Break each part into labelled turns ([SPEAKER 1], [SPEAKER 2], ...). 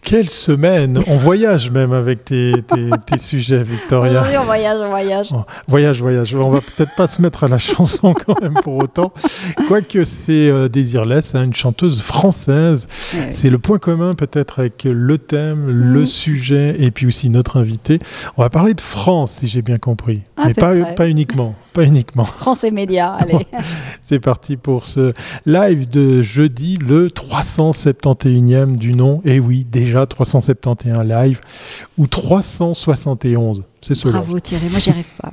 [SPEAKER 1] Quelle semaine! On voyage même avec tes sujets, Victoria.
[SPEAKER 2] Oui, on voyage.
[SPEAKER 1] Oh, voyage. On va peut-être pas se mettre à la chanson quand même pour autant. Quoique c'est Désirless, une chanteuse française. Oui. C'est le point commun peut-être avec le thème, le sujet et puis aussi notre invité. On va parler de France, si j'ai bien compris. Mais pas uniquement.
[SPEAKER 2] France et médias, allez.
[SPEAKER 1] C'est parti pour ce live de jeudi, le 371e du nom. Et oui, déjà 371 live ou 371. C'est selon.
[SPEAKER 2] Bravo Thierry, moi j'y arrive pas.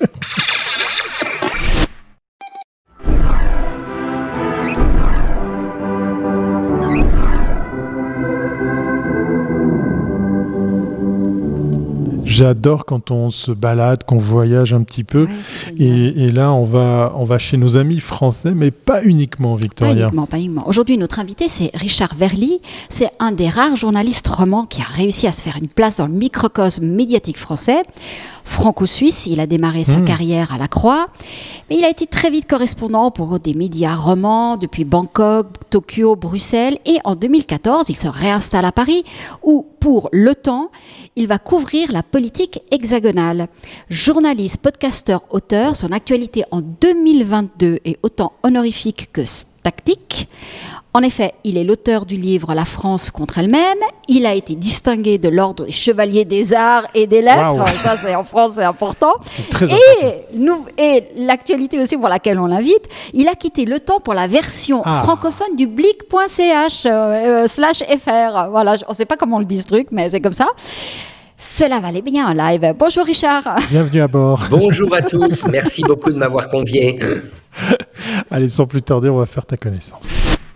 [SPEAKER 1] J'adore quand on se balade, qu'on voyage un petit peu. Et là, on va chez nos amis français, mais pas uniquement, Victoria.
[SPEAKER 2] Pas uniquement. Aujourd'hui, notre invité, c'est Richard Verly. C'est un des rares journalistes romans qui a réussi à se faire une place dans le microcosme médiatique français. Franco-suisse, il a démarré sa carrière à la Croix, mais il a été très vite correspondant pour des médias romans depuis Bangkok, Tokyo, Bruxelles, et en 2014, il se réinstalle à Paris, où pour Le Temps, il va couvrir la politique hexagonale. Journaliste, podcasteur, auteur, son actualité en 2022 est autant honorifique que tactique. En effet, il est l'auteur du livre « La France contre elle-même ». Il a été distingué de l'ordre des chevaliers des arts et des lettres. Wow. Ça, c'est en France, c'est important.
[SPEAKER 1] C'est très important.
[SPEAKER 2] Et l'actualité aussi pour laquelle on l'invite, il a quitté Le Temps pour la version francophone du blic.ch/fr. Voilà, on ne sait pas comment on le dit ce truc, mais c'est comme ça. Cela valait bien en live. Bonjour Richard.
[SPEAKER 1] Bienvenue à bord.
[SPEAKER 3] Bonjour à tous, merci beaucoup de m'avoir convié.
[SPEAKER 1] Allez, sans plus tarder, on va faire ta connaissance.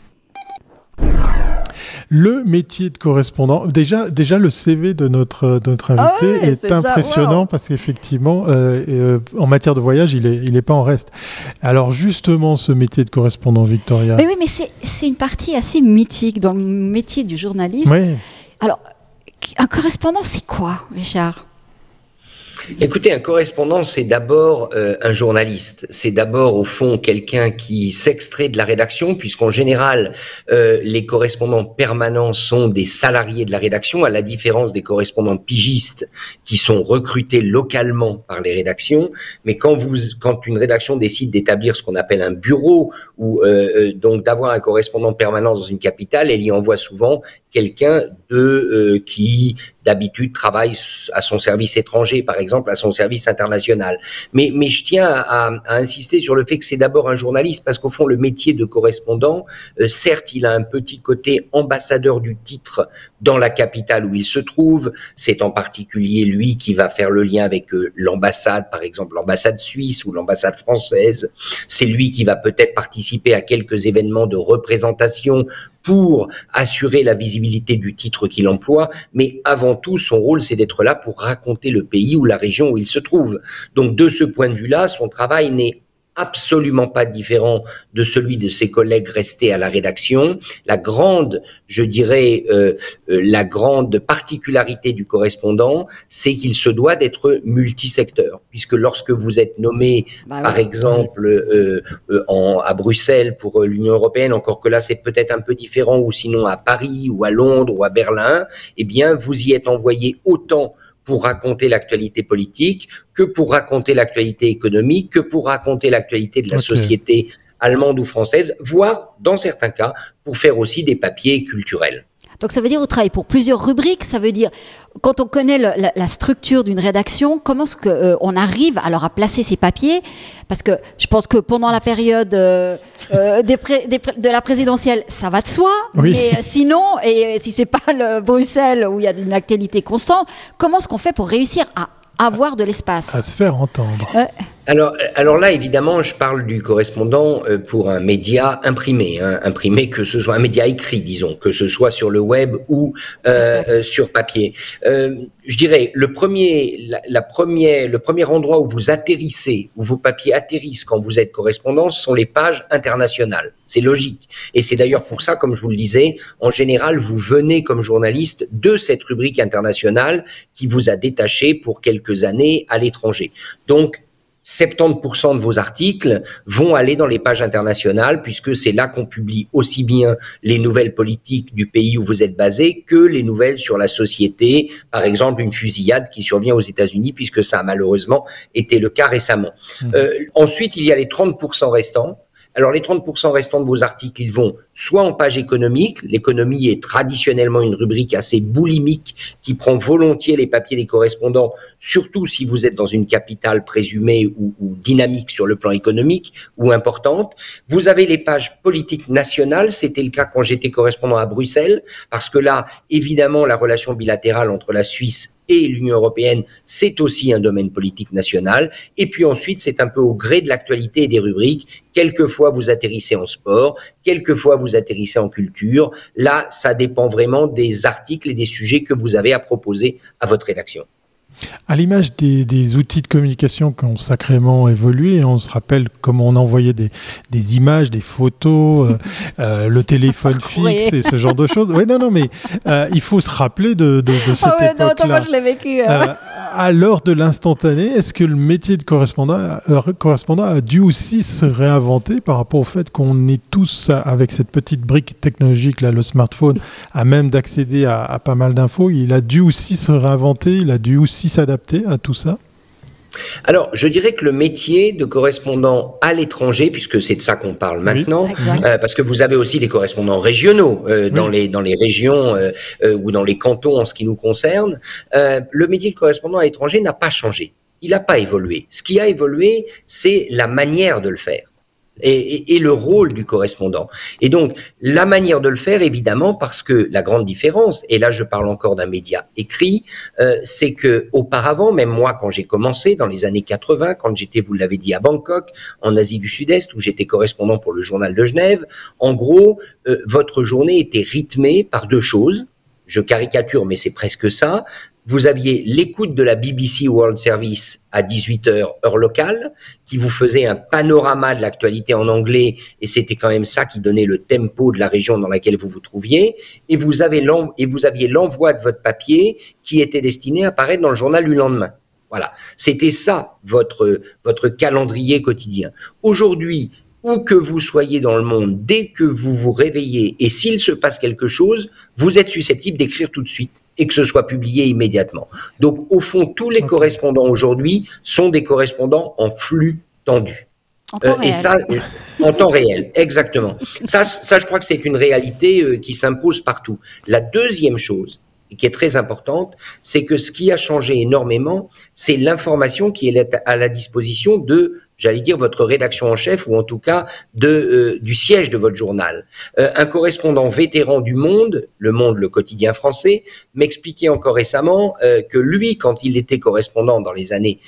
[SPEAKER 1] Le métier de correspondant, déjà le CV de notre invité est impressionnant parce qu'effectivement, en matière de voyage, il est pas en reste. Alors justement, ce métier de correspondant, Victoria.
[SPEAKER 2] Mais oui, mais c'est une partie assez mythique dans le métier du journaliste.
[SPEAKER 1] Oui.
[SPEAKER 2] Alors, un correspondant, c'est quoi, Richard ?
[SPEAKER 3] Écoutez, un correspondant, c'est d'abord un journaliste. C'est d'abord, au fond, quelqu'un qui s'extrait de la rédaction, puisqu'en général, les correspondants permanents sont des salariés de la rédaction, à la différence des correspondants pigistes qui sont recrutés localement par les rédactions. Mais quand une rédaction décide d'établir ce qu'on appelle un bureau, ou donc d'avoir un correspondant permanent dans une capitale, elle y envoie souvent quelqu'un qui d'habitude travaille à son service étranger, par exemple, à son service international. Mais je tiens à insister sur le fait que c'est d'abord un journaliste, parce qu'au fond, le métier de correspondant, certes, il a un petit côté ambassadeur du titre dans la capitale où il se trouve. C'est en particulier lui qui va faire le lien avec l'ambassade, par exemple, l'ambassade suisse ou l'ambassade française. C'est lui qui va peut-être participer à quelques événements de représentation pour assurer la visibilité du titre qu'il emploie, mais avant tout, son rôle, c'est d'être là pour raconter le pays ou la région où il se trouve. Donc, de ce point de vue-là, son travail n'est absolument pas différent de celui de ses collègues restés à la rédaction. La grande particularité du correspondant, c'est qu'il se doit d'être multisecteur, puisque lorsque vous êtes nommé, par exemple, à Bruxelles pour l'Union européenne, encore que là c'est peut-être un peu différent, ou sinon à Paris, ou à Londres, ou à Berlin, eh bien vous y êtes envoyé autant pour raconter l'actualité politique, que pour raconter l'actualité économique, que pour raconter l'actualité de la société allemande ou française, voire, dans certains cas, pour faire aussi des papiers culturels.
[SPEAKER 2] Donc ça veut dire qu'on travaille pour plusieurs rubriques, ça veut dire, quand on connaît la structure d'une rédaction, comment est-ce qu'on arrive alors à placer ces papiers ? Parce que je pense que pendant la période de la présidentielle, ça va de soi, mais sinon, et si c'est pas le Bruxelles où il y a une actualité constante, comment est-ce qu'on fait pour réussir à avoir de l'espace ?
[SPEAKER 1] À se faire entendre.
[SPEAKER 3] Alors là, évidemment, je parle du correspondant pour un média imprimé, que ce soit un média écrit, disons, que ce soit sur le web ou sur papier. Je dirais, le premier endroit où vous atterrissez, où vos papiers atterrissent quand vous êtes correspondant, ce sont les pages internationales. C'est logique. Et c'est d'ailleurs pour ça, comme je vous le disais, en général, vous venez comme journaliste de cette rubrique internationale qui vous a détaché pour quelques années à l'étranger. Donc, 70% de vos articles vont aller dans les pages internationales, puisque c'est là qu'on publie aussi bien les nouvelles politiques du pays où vous êtes basé que les nouvelles sur la société, par exemple une fusillade qui survient aux États-Unis, puisque ça a malheureusement été le cas récemment. Ensuite, il y a les 30% restants. Alors les 30% restants de vos articles, ils vont soit en page économique, l'économie est traditionnellement une rubrique assez boulimique qui prend volontiers les papiers des correspondants, surtout si vous êtes dans une capitale présumée ou dynamique sur le plan économique ou importante. Vous avez les pages politiques nationales, c'était le cas quand j'étais correspondant à Bruxelles, parce que là, évidemment, la relation bilatérale entre la Suisse et l'Union européenne, c'est aussi un domaine politique national. Et puis ensuite, c'est un peu au gré de l'actualité et des rubriques. Quelquefois, vous atterrissez en sport, quelquefois, vous atterrissez en culture. Là, ça dépend vraiment des articles et des sujets que vous avez à proposer à votre rédaction.
[SPEAKER 1] À l'image des outils de communication qui ont sacrément évolué, on se rappelle comment on envoyait des images, des photos, le téléphone fixe et ce genre de choses. Ouais, non, mais il faut se rappeler de cette époque-là.
[SPEAKER 2] Non, moi je l'ai vécu.
[SPEAKER 1] À l'heure de l'instantané, est-ce que le métier de correspondant a dû aussi se réinventer par rapport au fait qu'on est tous, avec cette petite brique technologique, là, le smartphone, à même d'accéder à pas mal d'infos? Il a dû aussi se réinventer, il a dû aussi s'adapter à tout ça?
[SPEAKER 3] Alors, je dirais que le métier de correspondant à l'étranger, puisque c'est de ça qu'on parle maintenant, parce que vous avez aussi des correspondants régionaux dans les régions ou dans les cantons en ce qui nous concerne, le métier de correspondant à l'étranger n'a pas changé. Il n'a pas évolué. Ce qui a évolué, c'est la manière de le faire. Et le rôle du correspondant. Et donc, la manière de le faire, évidemment, parce que la grande différence, et là je parle encore d'un média écrit, c'est que auparavant, même moi quand j'ai commencé, dans les années 80, quand j'étais, vous l'avez dit, à Bangkok, en Asie du Sud-Est, où j'étais correspondant pour le Journal de Genève, en gros, votre journée était rythmée par deux choses. Je caricature, mais c'est presque ça. Vous aviez l'écoute de la BBC World Service à 18h, heure locale, qui vous faisait un panorama de l'actualité en anglais, et c'était quand même ça qui donnait le tempo de la région dans laquelle vous vous trouviez, et vous aviez l'envoi de votre papier qui était destiné à apparaître dans le journal du lendemain. Voilà. C'était ça, votre calendrier quotidien. Aujourd'hui, où que vous soyez dans le monde, dès que vous vous réveillez, et s'il se passe quelque chose, vous êtes susceptible d'écrire tout de suite et que ce soit publié immédiatement. Donc, au fond, tous les correspondants aujourd'hui sont des correspondants en flux tendu. Et ça, en temps réel, exactement. Ça, je crois que c'est une réalité qui s'impose partout. La deuxième chose, qui est très importante, c'est que ce qui a changé énormément, c'est l'information qui est à la disposition de, j'allais dire, votre rédaction en chef, ou en tout cas du siège de votre journal. Un correspondant vétéran du Monde, le quotidien français, m'expliquait encore récemment que lui, quand il était correspondant dans les années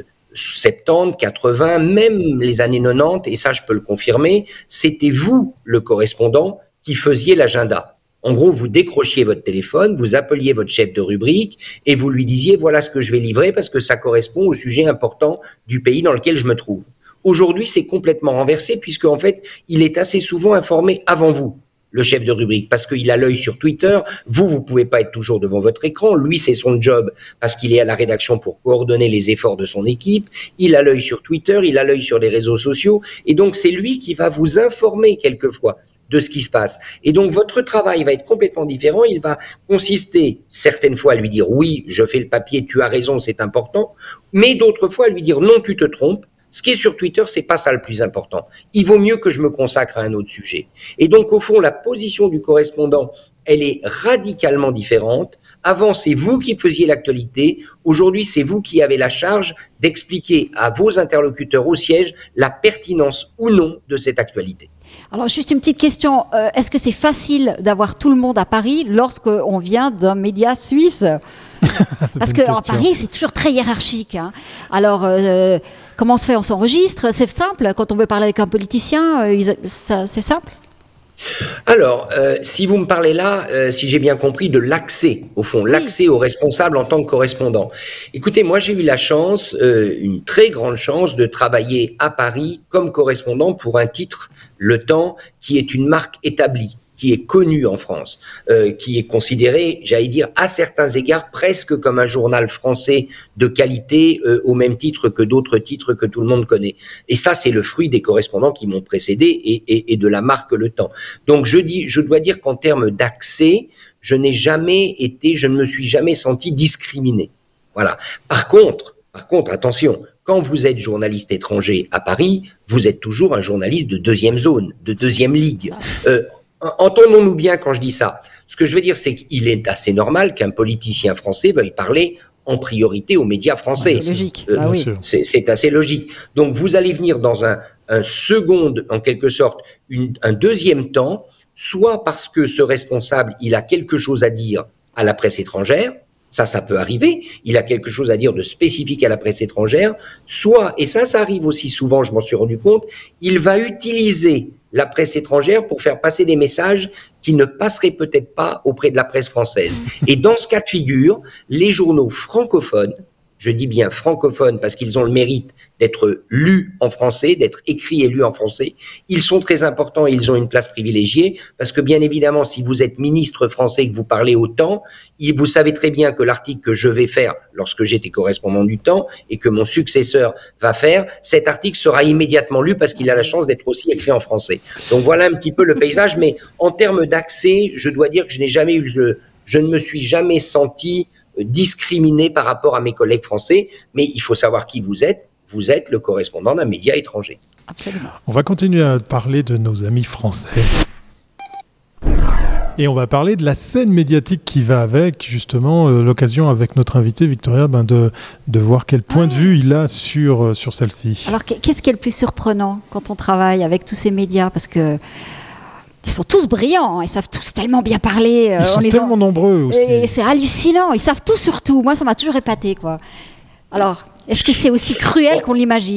[SPEAKER 3] 70, 80, même les années 90, et ça je peux le confirmer, c'était vous, le correspondant, qui faisiez l'agenda. En gros, vous décrochiez votre téléphone, vous appeliez votre chef de rubrique et vous lui disiez « voilà ce que je vais livrer parce que ça correspond au sujet important du pays dans lequel je me trouve ». Aujourd'hui, c'est complètement renversé puisque en fait, il est assez souvent informé avant vous, le chef de rubrique, parce qu'il a l'œil sur Twitter. Vous pouvez pas être toujours devant votre écran. Lui, c'est son job parce qu'il est à la rédaction pour coordonner les efforts de son équipe. Il a l'œil sur Twitter, il a l'œil sur les réseaux sociaux et donc c'est lui qui va vous informer quelquefois de ce qui se passe. Et donc, votre travail va être complètement différent. Il va consister, certaines fois, à lui dire « oui, je fais le papier, tu as raison, c'est important », mais d'autres fois, à lui dire « non, tu te trompes, ce qui est sur Twitter, c'est pas ça le plus important. Il vaut mieux que je me consacre à un autre sujet. » Et donc, au fond, la position du correspondant, elle est radicalement différente. Avant, c'est vous qui faisiez l'actualité. Aujourd'hui, c'est vous qui avez la charge d'expliquer à vos interlocuteurs au siège la pertinence ou non de cette actualité.
[SPEAKER 2] Alors, juste une petite question. Est-ce que c'est facile d'avoir tout le monde à Paris lorsqu'on vient d'un média suisse ? Parce qu'en Paris, c'est toujours très hiérarchique. Hein. Alors, comment on se fait ? On s'enregistre ? C'est simple. Quand on veut parler avec un politicien, c'est simple ?
[SPEAKER 3] Alors, si vous me parlez là, si j'ai bien compris, de l'accès, au fond, l'accès aux responsables en tant que correspondant. Écoutez, moi j'ai eu la chance, une très grande chance, de travailler à Paris comme correspondant pour un titre, Le Temps, qui est une marque établie, qui est connu en France, qui est considéré, j'allais dire, à certains égards presque comme un journal français de qualité, au même titre que d'autres titres que tout le monde connaît. Et ça, c'est le fruit des correspondants qui m'ont précédé et de la marque Le Temps. Donc je dois dire qu'en termes d'accès, je ne me suis jamais senti discriminé. Voilà. Par contre, attention, quand vous êtes journaliste étranger à Paris, vous êtes toujours un journaliste de deuxième zone, de deuxième ligue. Entendons-nous bien quand je dis ça. Ce que je veux dire, c'est qu'il est assez normal qu'un politicien français veuille parler en priorité aux médias français.
[SPEAKER 2] C'est logique.
[SPEAKER 1] Oui.
[SPEAKER 3] C'est assez logique. Donc vous allez venir dans un second, en quelque sorte, un deuxième temps, soit parce que ce responsable, il a quelque chose à dire à la presse étrangère, ça peut arriver, il a quelque chose à dire de spécifique à la presse étrangère, soit, et ça arrive aussi souvent, je m'en suis rendu compte, il va utiliser la presse étrangère pour faire passer des messages qui ne passeraient peut-être pas auprès de la presse française. Et dans ce cas de figure, les journaux francophones, je dis bien francophones parce qu'ils ont le mérite d'être lus en français, d'être écrits et lus en français, ils sont très importants et ils ont une place privilégiée parce que bien évidemment, si vous êtes ministre français et que vous parlez au Temps, vous savez très bien que l'article que je vais faire lorsque j'étais correspondant du Temps et que mon successeur va faire, cet article sera immédiatement lu parce qu'il a la chance d'être aussi écrit en français. Donc voilà un petit peu le paysage, mais en termes d'accès, je dois dire que je ne me suis jamais senti discriminé par rapport à mes collègues français, mais il faut savoir qui vous êtes. Vous êtes le correspondant d'un média étranger.
[SPEAKER 2] Absolument.
[SPEAKER 1] On va continuer à parler de nos amis français. Et on va parler de la scène médiatique qui va avec, justement, l'occasion avec notre invité Victoria de voir quel point de vue il a sur celle-ci.
[SPEAKER 2] Alors, qu'est-ce qui est le plus surprenant quand on travaille avec tous ces médias ? Parce que ils sont tous brillants, ils savent tous tellement bien parler.
[SPEAKER 1] Ils sont tellement nombreux aussi.
[SPEAKER 2] Et c'est hallucinant, ils savent tout sur tout. Moi, ça m'a toujours épaté, quoi. Alors, est-ce que c'est aussi cruel qu'on l'imagine ?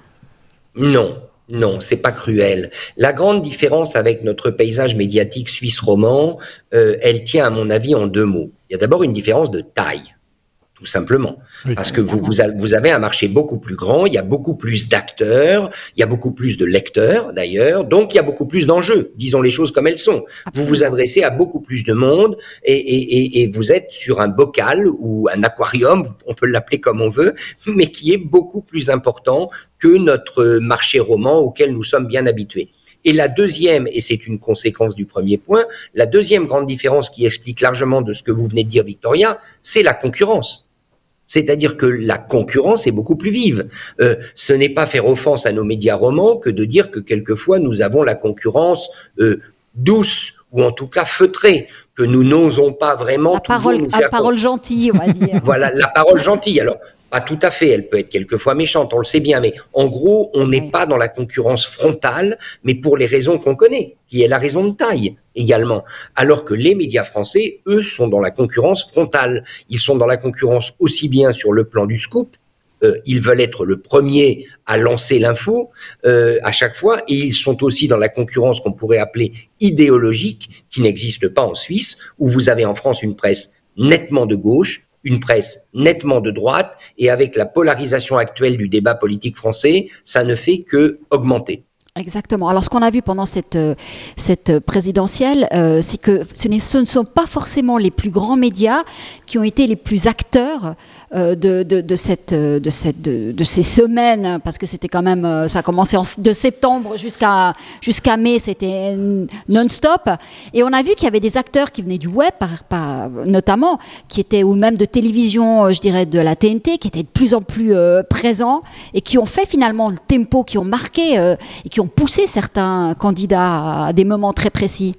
[SPEAKER 3] Non, c'est pas cruel. La grande différence avec notre paysage médiatique suisse romand, elle tient à mon avis en deux mots. Il y a d'abord une différence de taille. Tout simplement. Oui. Parce que vous avez un marché beaucoup plus grand, il y a beaucoup plus d'acteurs, il y a beaucoup plus de lecteurs d'ailleurs, donc il y a beaucoup plus d'enjeux, disons les choses comme elles sont. Absolument. Vous vous adressez à beaucoup plus de monde et vous êtes sur un bocal ou un aquarium, on peut l'appeler comme on veut, mais qui est beaucoup plus important que notre marché roman auquel nous sommes bien habitués. Et la deuxième, et c'est une conséquence du premier point, la deuxième grande différence qui explique largement de ce que vous venez de dire, Victoria, c'est la concurrence. C'est-à-dire que la concurrence est beaucoup plus vive. Ce n'est pas faire offense à nos médias romans que de dire que quelquefois nous avons la concurrence douce ou en tout cas feutrée, que nous n'osons pas vraiment
[SPEAKER 2] la parole gentille, on va dire.
[SPEAKER 3] Voilà, la parole gentille. Alors, pas tout à fait, elle peut être quelquefois méchante, on le sait bien, mais en gros, on n'est pas dans la concurrence frontale, mais pour les raisons qu'on connaît, qui est la raison de taille également. Alors que les médias français, eux, sont dans la concurrence frontale. Ils sont dans la concurrence aussi bien sur le plan du scoop, ils veulent être le premier à lancer l'info à chaque fois, et ils sont aussi dans la concurrence qu'on pourrait appeler idéologique, qui n'existe pas en Suisse, où vous avez en France une presse nettement de gauche, une presse nettement de droite, et avec la polarisation actuelle du débat politique français, ça ne fait que augmenter.
[SPEAKER 2] Exactement. Alors, ce qu'on a vu pendant cette présidentielle, c'est que ce ne sont pas forcément les plus grands médias qui ont été les plus acteurs de ces semaines, parce que c'était quand même, ça a commencé de septembre jusqu'à mai, c'était non-stop. Et on a vu qu'il y avait des acteurs qui venaient du web, notamment, qui étaient, ou même de télévision, je dirais, de la TNT, qui étaient de plus en plus présents et qui ont fait finalement le tempo, qui ont marqué et qui ont poussé certains candidats à des moments très précis.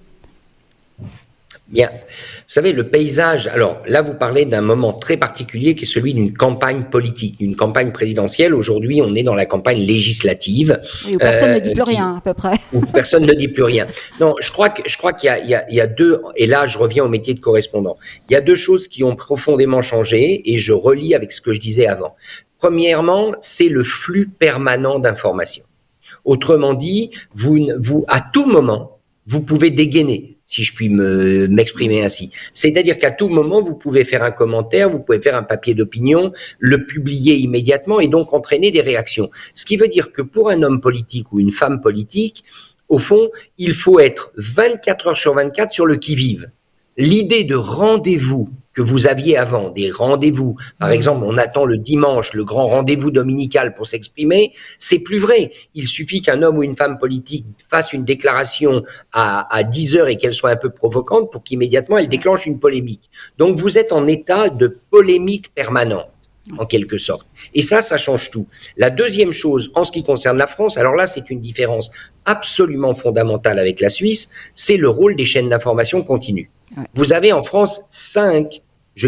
[SPEAKER 3] Bien. Vous savez, le paysage, alors là, vous parlez d'un moment très particulier qui est celui d'une campagne politique, d'une campagne présidentielle. Aujourd'hui, on est dans la campagne législative.
[SPEAKER 2] Oui, où personne ne dit plus rien, à peu près.
[SPEAKER 3] Où personne ne dit plus rien. Non, je crois qu'il y a deux, et là, je reviens au métier de correspondant. Il y a deux choses qui ont profondément changé, et je relis avec ce que je disais avant. Premièrement, c'est le flux permanent d'informations. Autrement dit, vous, à tout moment, vous pouvez dégainer, si je puis m'exprimer ainsi. C'est-à-dire qu'à tout moment, vous pouvez faire un commentaire, vous pouvez faire un papier d'opinion, le publier immédiatement et donc entraîner des réactions. Ce qui veut dire que pour un homme politique ou une femme politique, Au fond, il faut être 24 heures sur 24 sur le qui-vive. L'idée de rendez-vous que vous aviez avant, des rendez-vous, par exemple, on attend le dimanche, le grand rendez-vous dominical pour s'exprimer, c'est plus vrai. Il suffit qu'un homme ou une femme politique fasse une déclaration à 10 heures et qu'elle soit un peu provocante pour qu'immédiatement elle déclenche une polémique. Donc vous êtes en état de polémique permanente, en quelque sorte. Et ça change tout. La deuxième chose, en ce qui concerne la France, alors là, c'est une différence absolument fondamentale avec la Suisse, c'est le rôle des chaînes d'information continue. Ouais. Vous avez en France 5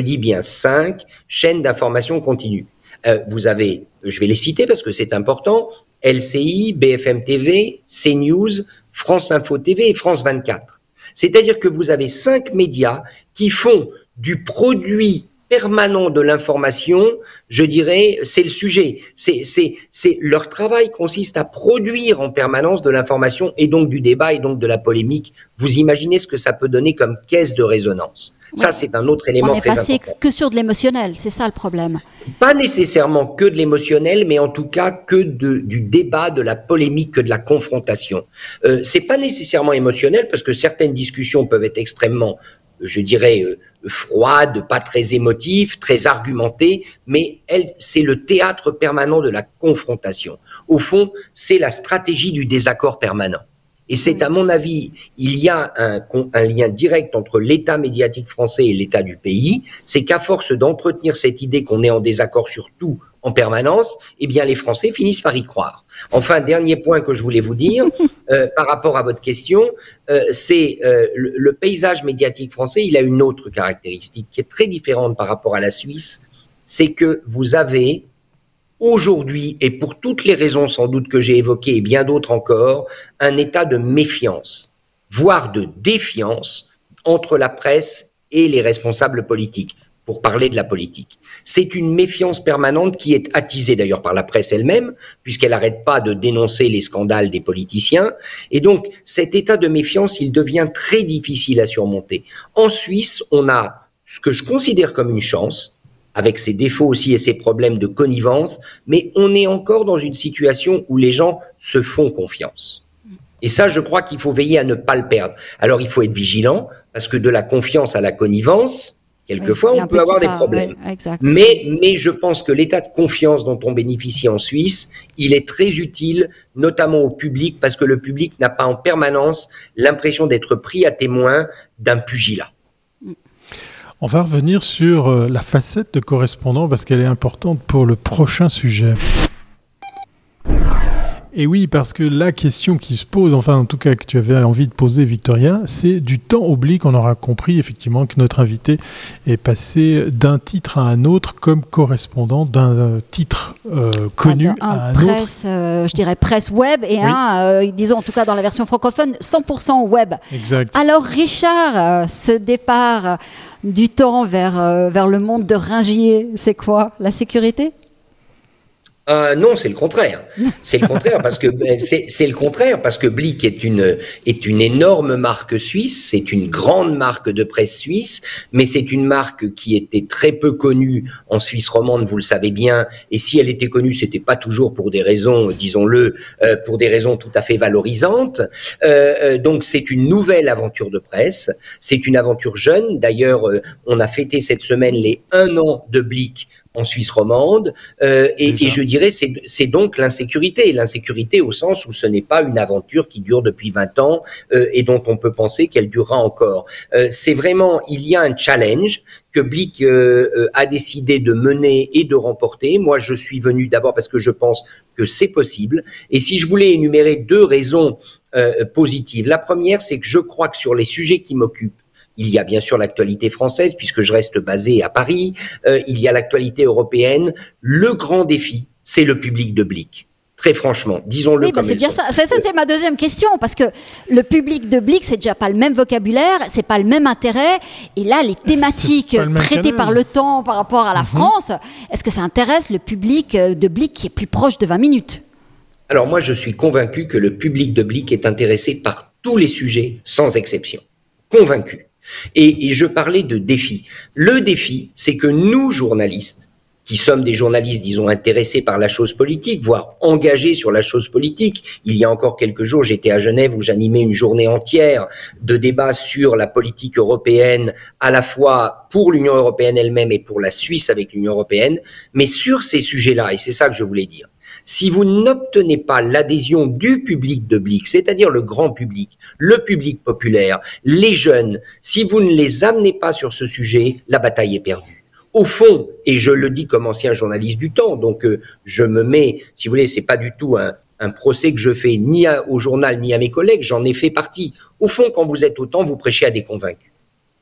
[SPEAKER 3] chaînes d'information continue. Vous avez, je vais les citer parce que c'est important, LCI, BFM TV, CNews, France Info TV et France 24. C'est-à-dire que vous avez 5 médias qui font du produit permanent de l'information, je dirais, c'est le sujet. Leur travail consiste à produire en permanence de l'information et donc du débat et donc de la polémique. Vous imaginez ce que ça peut donner comme caisse de résonance. Ouais. Ça, c'est un autre élément très important. On n'est
[SPEAKER 2] passé que sur de l'émotionnel, c'est ça le problème.
[SPEAKER 3] Pas nécessairement que de l'émotionnel, mais en tout cas que du débat, de la polémique, que de la confrontation. C'est pas nécessairement émotionnel parce que certaines discussions peuvent être extrêmement, je dirais, froide, pas très émotif, très argumenté, mais c'est le théâtre permanent de la confrontation. Au fond, c'est la stratégie du désaccord permanent. Et c'est, à mon avis, il y a un lien direct entre l'état médiatique français et l'état du pays. C'est qu'à force d'entretenir cette idée qu'on est en désaccord sur tout en permanence, eh bien, les Français finissent par y croire. Enfin, dernier point que je voulais vous dire, par rapport à votre question, c'est le paysage médiatique français, il a une autre caractéristique qui est très différente par rapport à la Suisse, c'est que vous avez aujourd'hui, et pour toutes les raisons sans doute que j'ai évoquées et bien d'autres encore, un état de méfiance, voire de défiance entre la presse et les responsables politiques, pour parler de la politique. C'est une méfiance permanente qui est attisée d'ailleurs par la presse elle-même, puisqu'elle n'arrête pas de dénoncer les scandales des politiciens. Et donc, cet état de méfiance, il devient très difficile à surmonter. En Suisse, on a ce que je considère comme une chance, avec ses défauts aussi et ses problèmes de connivence, mais on est encore dans une situation où les gens se font confiance. Et ça, je crois qu'il faut veiller à ne pas le perdre. Alors, il faut être vigilant, parce que de la confiance à la connivence, quelquefois, on peut avoir des problèmes.
[SPEAKER 2] Ouais, exact,
[SPEAKER 3] mais je pense que l'état de confiance dont on bénéficie en Suisse, il est très utile, notamment au public, parce que le public n'a pas en permanence l'impression d'être pris à témoin d'un pugilat.
[SPEAKER 1] On va revenir sur la facette de correspondant parce qu'elle est importante pour le prochain sujet. Et oui, parce que la question qui se pose, enfin en tout cas que tu avais envie de poser, Victoria, c'est du temps oblique. On aura compris effectivement que notre invité est passé d'un titre à un autre comme correspondant d'un titre connu à un
[SPEAKER 2] presse,
[SPEAKER 1] autre.
[SPEAKER 2] Je dirais presse web et oui. Disons en tout cas dans la version francophone, 100% web.
[SPEAKER 1] Exact.
[SPEAKER 2] Alors Richard, ce départ du temps vers le monde de Ringier, c'est quoi? La sécurité?
[SPEAKER 3] Non, c'est le contraire. C'est le contraire parce que c'est le contraire parce que Blick est une énorme marque suisse, c'est une grande marque de presse suisse, mais c'est une marque qui était très peu connue en Suisse romande, vous le savez bien. Et si elle était connue, c'était pas toujours pour des raisons, disons-le, pour des raisons tout à fait valorisantes. Donc c'est une nouvelle aventure de presse. C'est une aventure jeune. D'ailleurs, on a fêté cette semaine les 1 an de Blick en Suisse romande, et je dirais c'est donc l'insécurité au sens où ce n'est pas une aventure qui dure depuis 20 ans et dont on peut penser qu'elle durera encore. C'est vraiment, il y a un challenge que Blick a décidé de mener et de remporter. Moi, je suis venu d'abord parce que je pense que c'est possible, et si je voulais énumérer 2 raisons positives, la première, c'est que je crois que sur les sujets qui m'occupent, il y a bien sûr l'actualité française, puisque je reste basé à Paris. Il y a l'actualité européenne. Le grand défi, c'est le public de Blick. Très franchement, disons-le comme
[SPEAKER 2] c'est bien ça. C'était ma deuxième question, parce que le public de Blick, c'est déjà pas le même vocabulaire, c'est pas le même intérêt. Et là, les thématiques traitées par le temps par rapport à la France, est-ce que ça intéresse le public de Blick qui est plus proche de 20 minutes?
[SPEAKER 3] Alors moi, je suis convaincu que le public de Blick est intéressé par tous les sujets, sans exception. Convaincu. Et je parlais de défi. Le défi, c'est que nous, journalistes, qui sommes des journalistes, disons, intéressés par la chose politique, voire engagés sur la chose politique. Il y a encore quelques jours, j'étais à Genève où j'animais une journée entière de débat sur la politique européenne, à la fois pour l'Union européenne elle-même et pour la Suisse avec l'Union européenne. Mais sur ces sujets-là, et c'est ça que je voulais dire, si vous n'obtenez pas l'adhésion du public de Blic, c'est-à-dire le grand public, le public populaire, les jeunes, si vous ne les amenez pas sur ce sujet, la bataille est perdue. Au fond, et je le dis comme ancien journaliste du temps, donc je me mets, si vous voulez, c'est pas du tout un procès que je fais ni au journal ni à mes collègues, j'en ai fait partie. Au fond, quand vous êtes autant, vous prêchez à des convaincus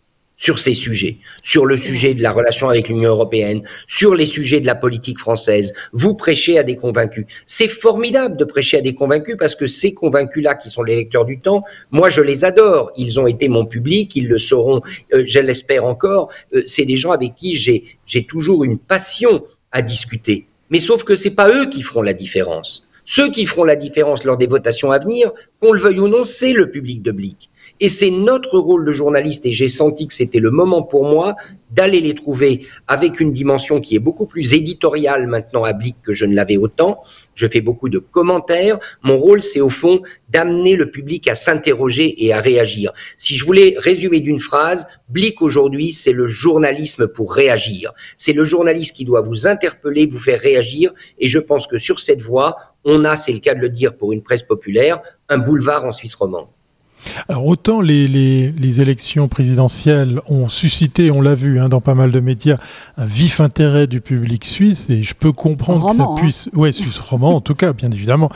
[SPEAKER 3] sur ces sujets, sur le sujet de la relation avec l'Union européenne, sur les sujets de la politique française. Vous prêchez à des convaincus. C'est formidable de prêcher à des convaincus parce que ces convaincus-là qui sont les lecteurs du temps, moi je les adore. Ils ont été mon public, ils le seront, je l'espère encore. C'est des gens avec qui j'ai toujours une passion à discuter. Mais sauf que c'est pas eux qui feront la différence. Ceux qui feront la différence lors des votations à venir, qu'on le veuille ou non, c'est le public de Blic. Et c'est notre rôle de journaliste, et j'ai senti que c'était le moment pour moi d'aller les trouver avec une dimension qui est beaucoup plus éditoriale maintenant à Blic que je ne l'avais autant. Je fais beaucoup de commentaires. Mon rôle, c'est au fond d'amener le public à s'interroger et à réagir. Si je voulais résumer d'une phrase, Blic aujourd'hui, c'est le journalisme pour réagir. C'est le journaliste qui doit vous interpeller, vous faire réagir. Et je pense que sur cette voie, on a, c'est le cas de le dire pour une presse populaire, un boulevard en Suisse romande.
[SPEAKER 1] Alors autant les élections présidentielles ont suscité, on l'a vu dans pas mal de médias, un vif intérêt du public suisse, et je peux comprendre que ça puisse... Ouais, suisse roman en tout cas, bien évidemment.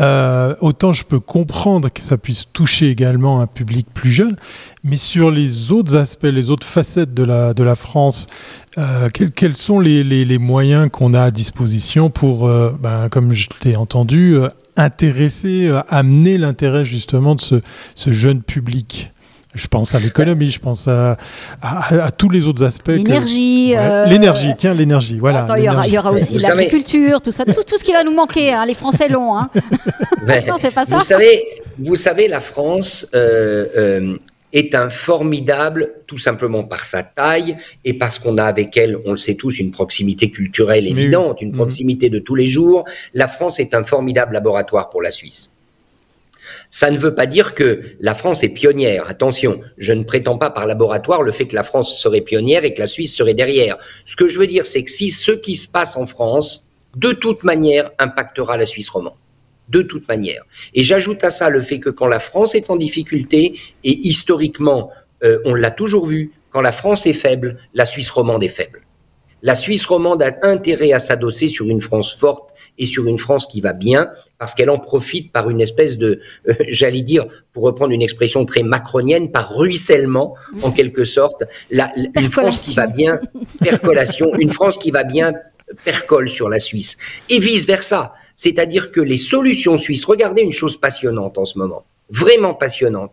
[SPEAKER 1] Autant je peux comprendre que ça puisse toucher également un public plus jeune, mais sur les autres aspects, les autres facettes de la France, quels sont les moyens qu'on a à disposition pour, comme je t'ai entendu, intéresser, amener l'intérêt justement de ce jeune public? Je pense à l'économie, je pense à tous les autres aspects.
[SPEAKER 2] L'énergie.
[SPEAKER 1] L'énergie, voilà.
[SPEAKER 2] Attends, il y aura aussi l'agriculture, tout ça, tout ce qui va nous manquer, les Français l'ont. Non, c'est pas ça.
[SPEAKER 3] Vous savez, la France est un formidable, tout simplement par sa taille et parce qu'on a avec elle, on le sait tous, une proximité culturelle évidente, une proximité de tous les jours. La France est un formidable laboratoire pour la Suisse. Ça ne veut pas dire que la France est pionnière. Attention, je ne prétends pas par laboratoire le fait que la France serait pionnière et que la Suisse serait derrière. Ce que je veux dire, c'est que si ce qui se passe en France, de toute manière, impactera la Suisse romande. De toute manière. Et j'ajoute à ça le fait que quand la France est en difficulté, et historiquement, on l'a toujours vu, quand la France est faible, la Suisse romande est faible. La Suisse romande a intérêt à s'adosser sur une France forte et sur une France qui va bien, parce qu'elle en profite par une espèce de, j'allais dire, pour reprendre une expression très macronienne, par ruissellement, en quelque sorte, une France qui va bien, percolation, une France qui va bien percole sur la Suisse, et vice-versa. C'est-à-dire que les solutions suisses, regardez une chose passionnante en ce moment, vraiment passionnante,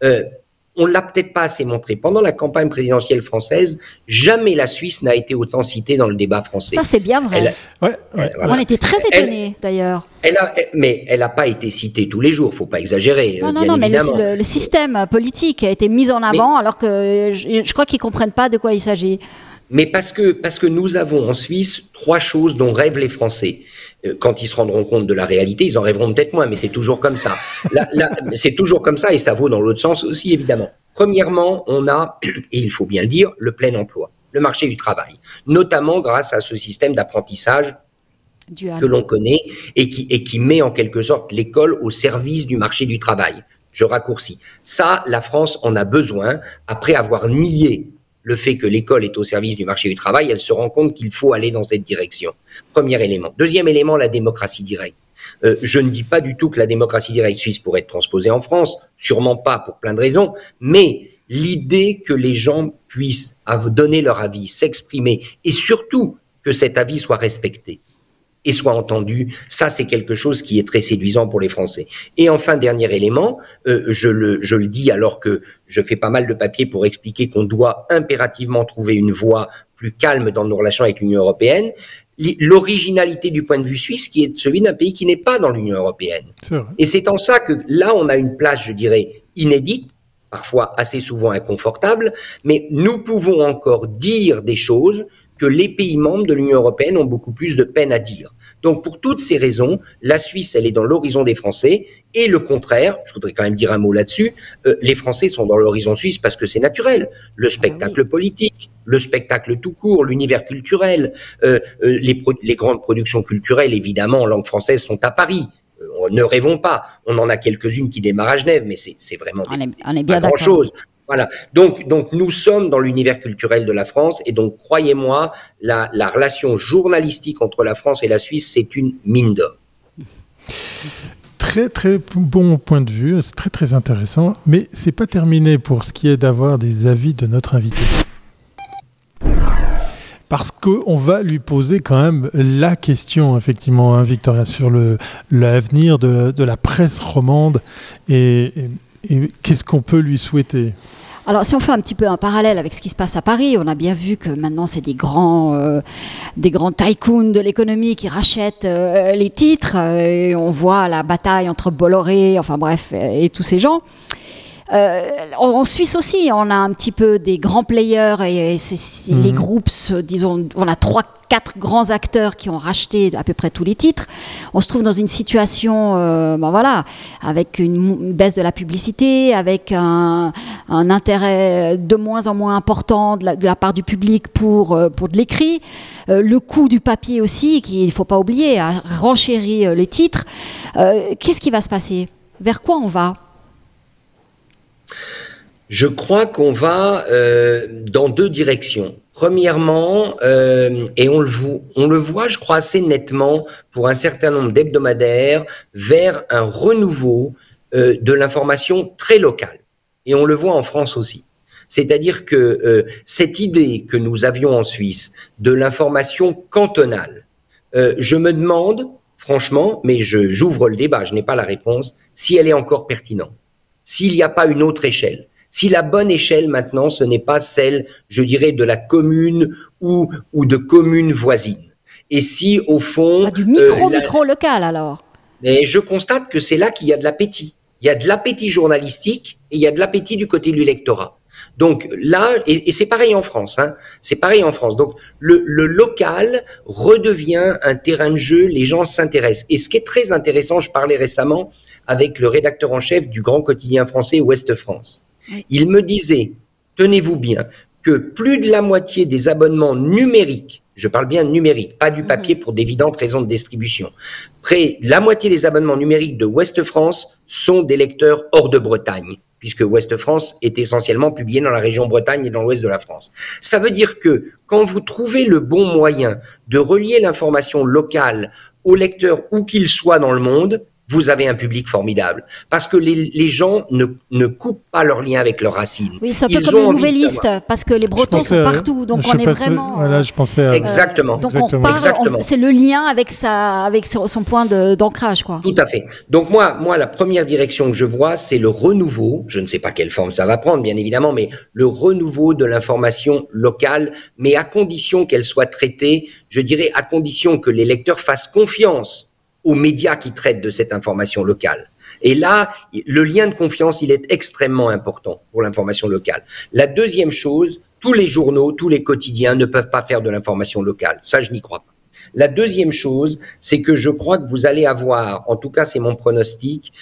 [SPEAKER 3] on ne l'a peut-être pas assez montré. Pendant la campagne présidentielle française, jamais la Suisse n'a été autant citée dans le débat français.
[SPEAKER 2] Ça, c'est bien vrai. On était très étonnés, d'ailleurs.
[SPEAKER 3] Mais elle n'a pas été citée tous les jours, il ne faut pas exagérer.
[SPEAKER 2] Non, mais le système politique a été mis en avant, alors que je crois qu'ils ne comprennent pas de quoi il s'agit.
[SPEAKER 3] Mais parce que nous avons en Suisse 3 choses dont rêvent les Français. Quand ils se rendront compte de la réalité, ils en rêveront peut-être moins, mais c'est toujours comme ça. C'est toujours comme ça, et ça vaut dans l'autre sens aussi, évidemment. Premièrement, on a, et il faut bien le dire, le plein emploi, le marché du travail, notamment grâce à ce système d'apprentissage que l'on connaît et qui met en quelque sorte l'école au service du marché du travail. Je raccourcis. Ça, la France en a besoin, après avoir nié le fait que l'école est au service du marché du travail, elle se rend compte qu'il faut aller dans cette direction. Premier élément. Deuxième élément, la démocratie directe. Je ne dis pas du tout que la démocratie directe suisse pourrait être transposée en France, sûrement pas pour plein de raisons, mais l'idée que les gens puissent donner leur avis, s'exprimer, et surtout que cet avis soit respecté et soit entendu, ça c'est quelque chose qui est très séduisant pour les Français. Et enfin, dernier élément, je le dis alors que je fais pas mal de papiers pour expliquer qu'on doit impérativement trouver une voie plus calme dans nos relations avec l'Union européenne, l'originalité du point de vue suisse qui est celui d'un pays qui n'est pas dans l'Union européenne. Et c'est en ça que là on a une place, je dirais, inédite, parfois assez souvent inconfortables, mais nous pouvons encore dire des choses que les pays membres de l'Union européenne ont beaucoup plus de peine à dire. Donc, pour toutes ces raisons, la Suisse, elle est dans l'horizon des Français, et le contraire, je voudrais quand même dire un mot là-dessus, les Français sont dans l'horizon suisse parce que c'est naturel. Le spectacle politique, le spectacle tout court, l'univers culturel, les grandes productions culturelles, évidemment, en langue française, sont à Paris. Ne rêvons pas, on en a quelques-unes qui démarrent à Genève, mais c'est vraiment
[SPEAKER 2] on est bien
[SPEAKER 3] pas grand-chose. Voilà. Donc nous sommes dans l'univers culturel de la France, et donc croyez-moi, la relation journalistique entre la France et la Suisse, c'est une mine d'or.
[SPEAKER 1] Très très bon point de vue, c'est très très intéressant, mais c'est pas terminé pour ce qui est d'avoir des avis de notre invité. Parce qu'on va lui poser quand même la question, effectivement, hein, Victoria, sur l'avenir de la presse romande et qu'est-ce qu'on peut lui souhaiter ?
[SPEAKER 2] Alors, si on fait un petit peu un parallèle avec ce qui se passe à Paris, on a bien vu que maintenant, c'est des grands tycoons de l'économie qui rachètent les titres. Et on voit la bataille entre Bolloré, enfin bref, et tous ces gens. En Suisse aussi, on a un petit peu des grands players et les groupes, disons, on a 3-4 grands acteurs qui ont racheté à peu près tous les titres. On se trouve dans une situation, avec une baisse de la publicité, avec un intérêt de moins en moins important de la part du public pour de l'écrit. Le coût du papier aussi, qu'il ne faut pas oublier, a renchéri les titres. Qu'est-ce qui va se passer ? Vers quoi on va ?
[SPEAKER 3] Je crois qu'on va dans deux directions. Premièrement, et on le voit, je crois, assez nettement pour un certain nombre d'hebdomadaires, vers un renouveau de l'information très locale. Et on le voit en France aussi. C'est-à-dire que cette idée que nous avions en Suisse de l'information cantonale, je me demande, franchement, mais j'ouvre le débat, je n'ai pas la réponse, si elle est encore pertinente. S'il n'y a pas une autre échelle, si la bonne échelle maintenant, ce n'est pas celle, je dirais, de la commune ou de communes voisines. Et si, au fond...
[SPEAKER 2] du micro local, alors.
[SPEAKER 3] Mais je constate que c'est là qu'il y a de l'appétit. Il y a de l'appétit journalistique et il y a de l'appétit du côté de l'électorat. Donc là, et c'est pareil en France, hein, c'est pareil en France. Donc le local redevient un terrain de jeu, les gens s'intéressent. Et ce qui est très intéressant, je parlais récemment avec le rédacteur en chef du grand quotidien français Ouest France. Il me disait, tenez-vous bien, que plus de la moitié des abonnements numériques, je parle bien numérique, pas du papier pour d'évidentes raisons de distribution, près de la moitié des abonnements numériques de Ouest France sont des lecteurs hors de Bretagne, puisque Ouest France est essentiellement publié dans la région Bretagne et dans l'ouest de la France. Ça veut dire que quand vous trouvez le bon moyen de relier l'information locale aux lecteurs où qu'ils soient dans le monde, vous avez un public formidable. Parce que les gens ne coupent pas leur lien avec leurs racines.
[SPEAKER 2] Oui, c'est un peu comme les nouvellistes, parce que les Bretons sont partout. Donc on est vraiment...
[SPEAKER 1] Voilà, je pensais à...
[SPEAKER 3] Exactement.
[SPEAKER 2] Donc on parle, c'est le lien avec son point d'ancrage, quoi.
[SPEAKER 3] Tout à fait. Donc moi, la première direction que je vois, c'est le renouveau, je ne sais pas quelle forme ça va prendre, bien évidemment, mais le renouveau de l'information locale, mais à condition qu'elle soit traitée, je dirais à condition que les lecteurs fassent confiance aux médias qui traitent de cette information locale. Et là, le lien de confiance, il est extrêmement important pour l'information locale. La deuxième chose, tous les journaux, tous les quotidiens ne peuvent pas faire de l'information locale. Ça, je n'y crois pas. La deuxième chose, c'est que je crois que vous allez avoir, en tout cas c'est mon pronostic,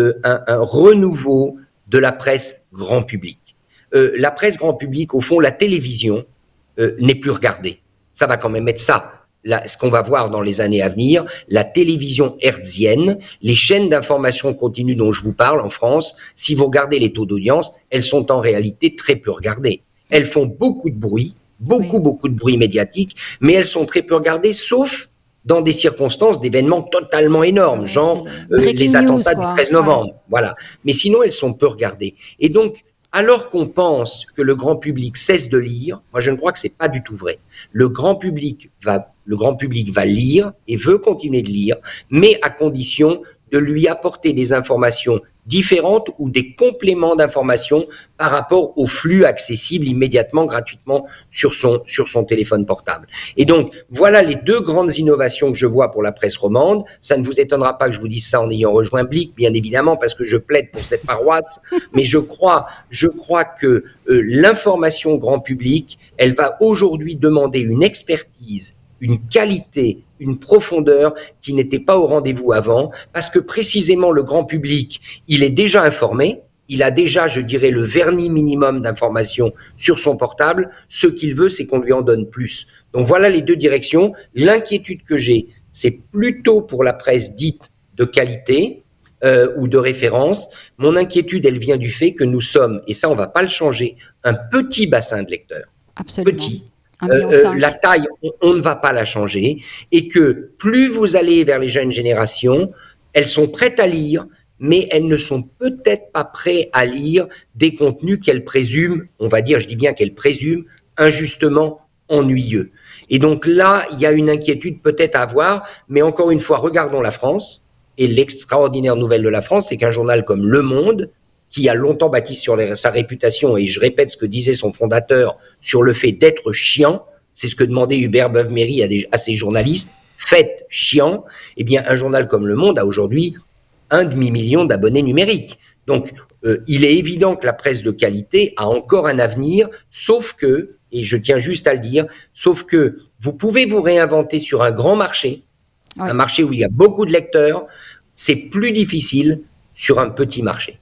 [SPEAKER 3] un renouveau de la presse grand public. La presse grand public, au fond, la télévision n'est plus regardée. Ça va quand même être ça. Là, ce qu'on va voir dans les années à venir, la télévision hertzienne, les chaînes d'information continue dont je vous parle en France, si vous regardez les taux d'audience, elles sont en réalité très peu regardées. Elles font beaucoup de bruit, beaucoup de bruit médiatique, mais elles sont très peu regardées, sauf dans des circonstances d'événements totalement énormes, genre les attentats du 13 novembre. Voilà. Mais sinon, elles sont peu regardées. Et donc, alors qu'on pense que le grand public cesse de lire, moi je ne crois que c'est pas du tout vrai. Le grand public va lire et veut continuer de lire, mais à condition de lui apporter des informations différentes ou des compléments d'informations par rapport au flux accessible immédiatement, gratuitement sur son téléphone portable. Et donc, voilà les deux grandes innovations que je vois pour la presse romande. Ça ne vous étonnera pas que je vous dise ça en ayant rejoint Blic, bien évidemment, parce que je plaide pour cette paroisse, mais je crois que l'information grand public, elle va aujourd'hui demander une expertise, une qualité, une profondeur qui n'était pas au rendez-vous avant, parce que précisément le grand public, il est déjà informé, il a déjà, je dirais, le vernis minimum d'information sur son portable. Ce qu'il veut, c'est qu'on lui en donne plus. Donc voilà les deux directions. L'inquiétude que j'ai, c'est plutôt pour la presse dite de qualité ou de référence. Mon inquiétude, elle vient du fait que nous sommes, et ça on va pas le changer, un petit bassin de lecteurs.
[SPEAKER 2] Absolument.
[SPEAKER 3] Petit. La taille, on ne va pas la changer, et que plus vous allez vers les jeunes générations, elles sont prêtes à lire, mais elles ne sont peut-être pas prêtes à lire des contenus qu'elles présument, on va dire, je dis bien qu'elles présument, injustement ennuyeux. Et donc là, il y a une inquiétude peut-être à avoir, mais encore une fois, regardons la France, et l'extraordinaire nouvelle de la France, c'est qu'un journal comme Le Monde, qui a longtemps bâti sur sa réputation, et je répète ce que disait son fondateur sur le fait d'être chiant, c'est ce que demandait Hubert Beuve-Méry à ses journalistes, faites chiant, eh bien un journal comme Le Monde a aujourd'hui 1,5 million d'abonnés numériques. Donc il est évident que la presse de qualité a encore un avenir, sauf que, et je tiens juste à le dire, sauf que vous pouvez vous réinventer sur un grand marché, un marché où il y a beaucoup de lecteurs, c'est plus difficile sur un petit marché.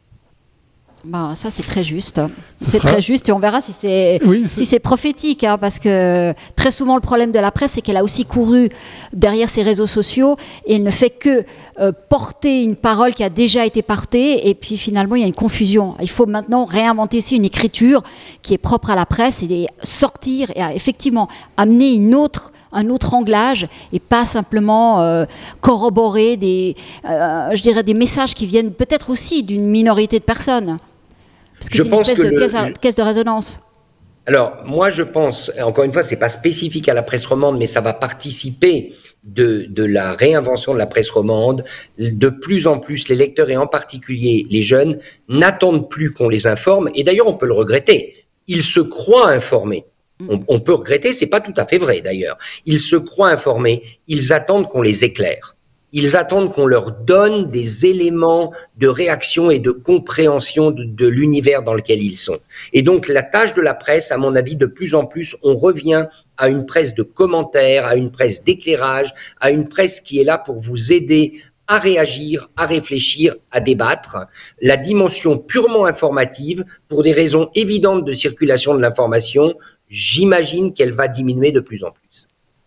[SPEAKER 2] Ben, ça, c'est très juste. Très juste, et on verra si c'est prophétique, hein, parce que très souvent, le problème de la presse, c'est qu'elle a aussi couru derrière ses réseaux sociaux et elle ne fait que porter une parole qui a déjà été portée, et puis finalement, il y a une confusion. Il faut maintenant réinventer aussi une écriture qui est propre à la presse et sortir et effectivement amener un autre anglage et pas simplement corroborer des messages qui viennent peut-être aussi d'une minorité de personnes. Parce que c'est une espèce de caisse de résonance.
[SPEAKER 3] Alors, moi, je pense, encore une fois, c'est pas spécifique à la presse romande, mais ça va participer de la réinvention de la presse romande. De plus en plus, les lecteurs et en particulier les jeunes n'attendent plus qu'on les informe. Et d'ailleurs, on peut le regretter. Ils se croient informés. On peut regretter, c'est pas tout à fait vrai d'ailleurs. Ils se croient informés. Ils attendent qu'on les éclaire. Ils attendent qu'on leur donne des éléments de réaction et de compréhension de l'univers dans lequel ils sont. Et donc, la tâche de la presse, à mon avis, de plus en plus, on revient à une presse de commentaires, à une presse d'éclairage, à une presse qui est là pour vous aider à réagir, à réfléchir, à débattre. La dimension purement informative, pour des raisons évidentes de circulation de l'information, j'imagine qu'elle va diminuer de plus en plus.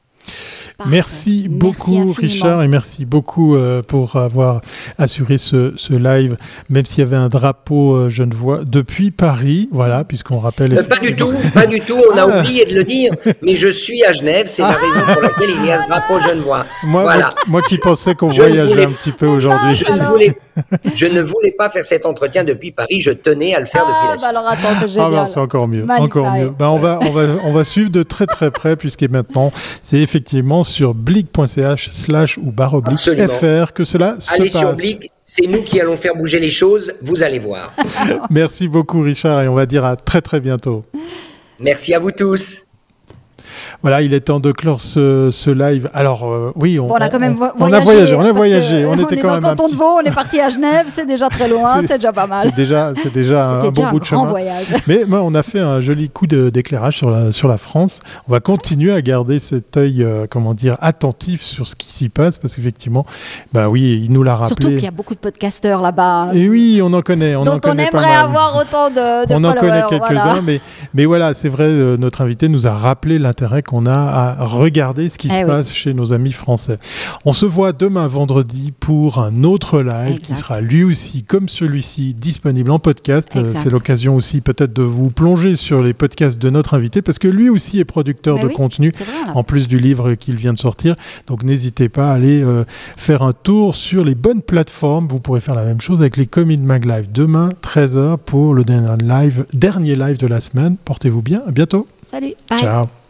[SPEAKER 1] Merci beaucoup Richard, et merci beaucoup pour avoir assuré ce live, même s'il y avait un drapeau genevois depuis Paris, voilà, puisqu'on rappelle...
[SPEAKER 3] Pas du tout, on a oublié de le dire, mais je suis à Genève, c'est la raison pour laquelle il y a ce drapeau genevois.
[SPEAKER 1] Moi qui pensais qu'on voyageait un petit peu aujourd'hui.
[SPEAKER 3] Je ne voulais pas faire cet entretien depuis Paris, je tenais à le faire depuis la Suisse.
[SPEAKER 2] Alors attends, c'est génial.
[SPEAKER 1] C'est encore mieux. On va suivre de très très près, puisque maintenant, c'est effectivement sur blic.ch/ ou /FR que cela se passe.
[SPEAKER 3] Allez sur Blic, c'est nous qui allons faire bouger les choses, vous allez voir.
[SPEAKER 1] Merci beaucoup Richard, et on va dire à très très bientôt.
[SPEAKER 3] Merci à vous tous.
[SPEAKER 1] Voilà, il est temps de clore ce live. Alors, oui, on a voyagé. On était quand même
[SPEAKER 2] dans le canton de Vaud, on est parti à Genève, c'est déjà très loin, c'est déjà pas mal.
[SPEAKER 1] C'est déjà un bon bout de chemin.
[SPEAKER 2] Voyage.
[SPEAKER 1] Mais on a fait un joli coup d'éclairage sur la France. On va continuer à garder cet œil, attentif sur ce qui s'y passe, parce qu'effectivement, il nous l'a rappelé.
[SPEAKER 2] Surtout qu'il y a beaucoup de podcasteurs là-bas.
[SPEAKER 1] Et oui, on en connaît.
[SPEAKER 2] Dont on aimerait avoir autant de
[SPEAKER 1] followers. On en connaît quelques-uns,
[SPEAKER 2] voilà.
[SPEAKER 1] mais voilà, c'est vrai, notre invité nous a rappelé l'intérêt qu'on a à regarder ce qui se passe chez nos amis français. On se voit demain vendredi pour un autre live qui sera lui aussi, comme celui-ci, disponible en podcast. C'est l'occasion aussi peut-être de vous plonger sur les podcasts de notre invité, parce que lui aussi est producteur de contenu, en plus du livre qu'il vient de sortir. Donc n'hésitez pas à aller faire un tour sur les bonnes plateformes. Vous pourrez faire la même chose avec les Comin Mag Live. Demain, 13h pour le dernier live de la semaine. Portez-vous bien, à bientôt.
[SPEAKER 2] Salut. Bye.
[SPEAKER 1] Ciao.